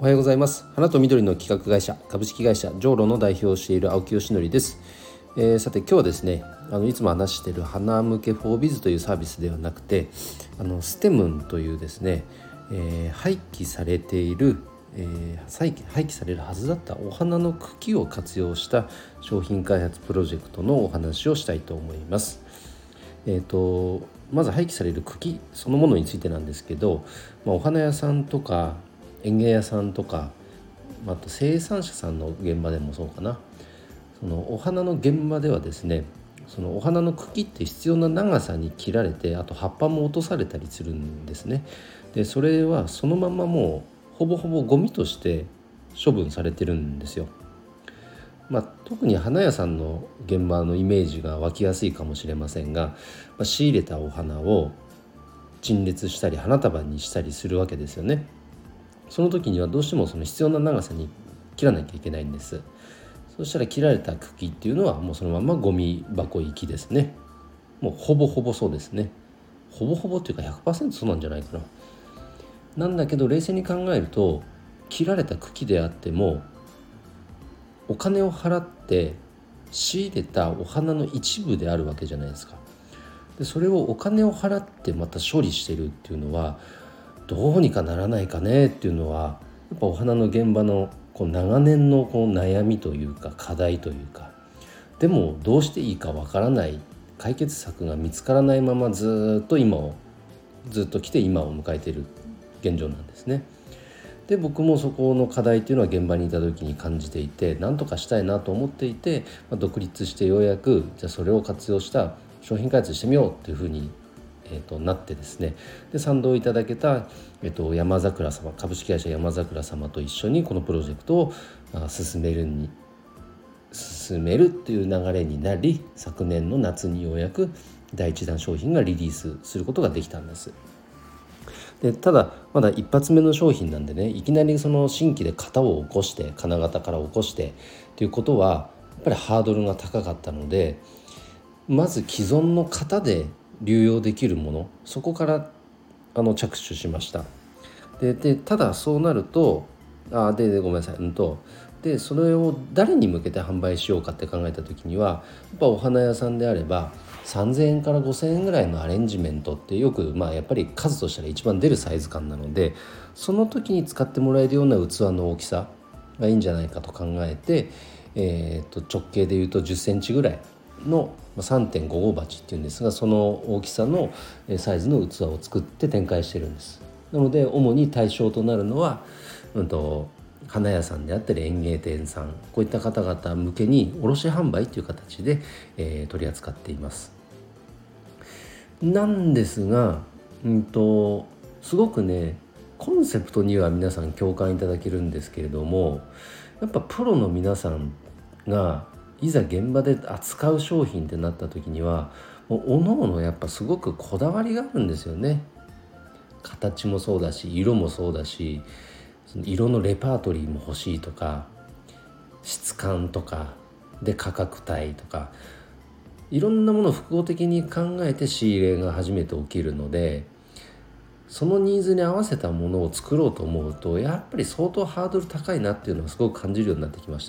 おはようございます。花と緑の企画会社株式会社ジョーロの代表をしている青木よしのりです。さて今日はですね、いつも話している花向けフォービズというサービスではなくて、ステムンというですね、廃棄されている、廃棄されるはずだったお花の茎を活用した商品開発プロジェクトのお話をしたいと思います。まず廃棄される茎そのものについてなんですけど、お花屋さんとか園芸屋さんとか、あと生産者さんの現場でもそうかな、そのお花の現場ではですね、そのお花の茎って必要な長さに切られて、あと葉っぱも落とされたりするんですね。でそれはそのままもうほぼほぼゴミとして処分されてるんですよ。特に花屋さんの現場のイメージが湧きやすいかもしれませんが、仕入れたお花を陳列したり花束にしたりするわけですよね。その時にはどうしてもその必要な長さに切らなきゃいけないんです。そしたら切られた茎っていうのはもうそのままゴミ箱行きですね。もうほぼほぼそうですね。ほぼほぼっていうか 100% そうなんじゃないかな。なんだけど冷静に考えると、切られた茎であってもお金を払って仕入れたお花の一部であるわけじゃないですか。でそれをお金を払ってまた処理してるっていうのは、どうにかならないかねっていうのは、やっぱお花の現場の長年の悩みというか課題というか、でもどうしていいかわからない、解決策が見つからないままずっと来て今を迎えている現状なんですね。で僕もそこの課題っていうのは現場にいた時に感じていて、何とかしたいなと思っていて、独立してようやくじゃあそれを活用した商品開発してみようっていうふうに、なってですね、で賛同いただけた、山桜様、株式会社山桜様と一緒にこのプロジェクトを進めるっていう流れになり、昨年の夏にようやく第一弾商品がリリースすることができたんです。でただまだ一発目の商品なんでね、いきなりその新規で型を起こして金型から起こしてということはやっぱりハードルが高かったので、まず既存の型で流用できるもの、そこから着手しました。でただそうなるとごめんなさい、でそれを誰に向けて販売しようかって考えた時には、やっぱお花屋さんであれば3000円から5000円ぐらいのアレンジメントってよくやっぱり数としたら一番出るサイズ感なので、その時に使ってもらえるような器の大きさがいいんじゃないかと考えて、直径でいうと10センチぐらいの 3.5 号鉢っていうんですが、その大きさのサイズの器を作って展開してるんです。なので主に対象となるのは、花屋さんであったり園芸店さん、こういった方々向けに卸販売という形で、取り扱っています。なんですが、すごくねコンセプトには皆さん共感いただけるんですけれども、やっぱプロの皆さんがいざ現場で扱う商品ってなった時には、もう各々やっぱすごくこだわりがあるんですよね。形もそうだし、色もそうだし、その色のレパートリーも欲しいとか、質感とかで価格帯とか、いろんなものを複合的に考えて仕入れが初めて起きるので、そのニーズに合わせたものを作ろうと思うと、やっぱり相当ハードル高いなっていうのをすごく感じるようになってきました。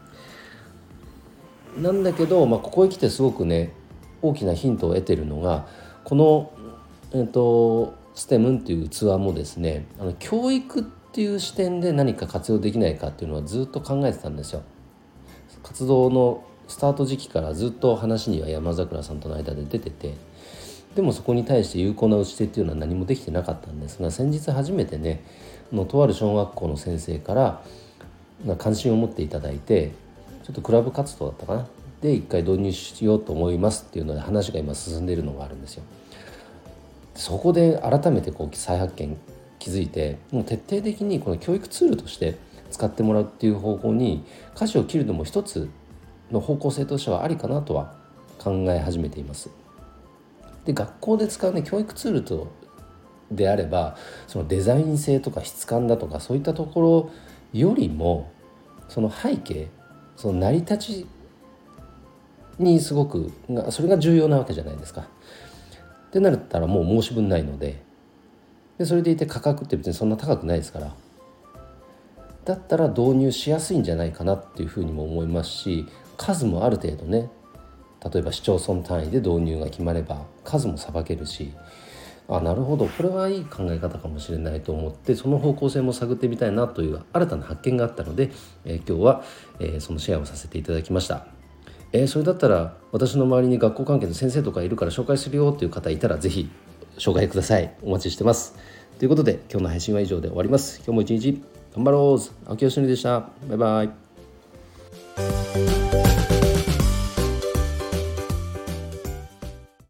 なんだけど、ここへ来てすごくね大きなヒントを得てるのが、この、ステムっていう器もですね、教育っていう視点で何か活用できないかっていうのはずっと考えてたんですよ。活動のスタート時期からずっと話には山桜さんとの間で出てて、でもそこに対して有効な打ち手っていうのは何もできてなかったんですが、先日初めてねとある小学校の先生から関心を持っていただいて、ちょっとクラブ活動だったかなで一回導入しようと思いますっていうので話が今進んでいるのがあるんですよ。そこで改めて再発見気づいて、もう徹底的にこの教育ツールとして使ってもらうっていう方向に舵を切るのも一つの方向性としてはありかなとは考え始めています。で学校で使う教育ツールであれば、そのデザイン性とか質感だとかそういったところよりも、その背景、その成り立ちにすごくそれが重要なわけじゃないですか。ってなったらもう申し分ないので、それでいて価格って別にそんな高くないですから、 だったら導入しやすいんじゃないかなっていうふうにも思いますし、数もある程度ね、例えば市町村単位で導入が決まれば数もさばけるし、なるほど、これはいい考え方かもしれないと思って、その方向性も探ってみたいなという新たな発見があったので、今日は、そのシェアをさせていただきました。それだったら私の周りに学校関係の先生とかいるから紹介するよっていう方いたら、ぜひ紹介ください。お待ちしてます。ということで今日の配信は以上で終わります。今日も一日頑張ろう。青木よしのりでした。バイバイ。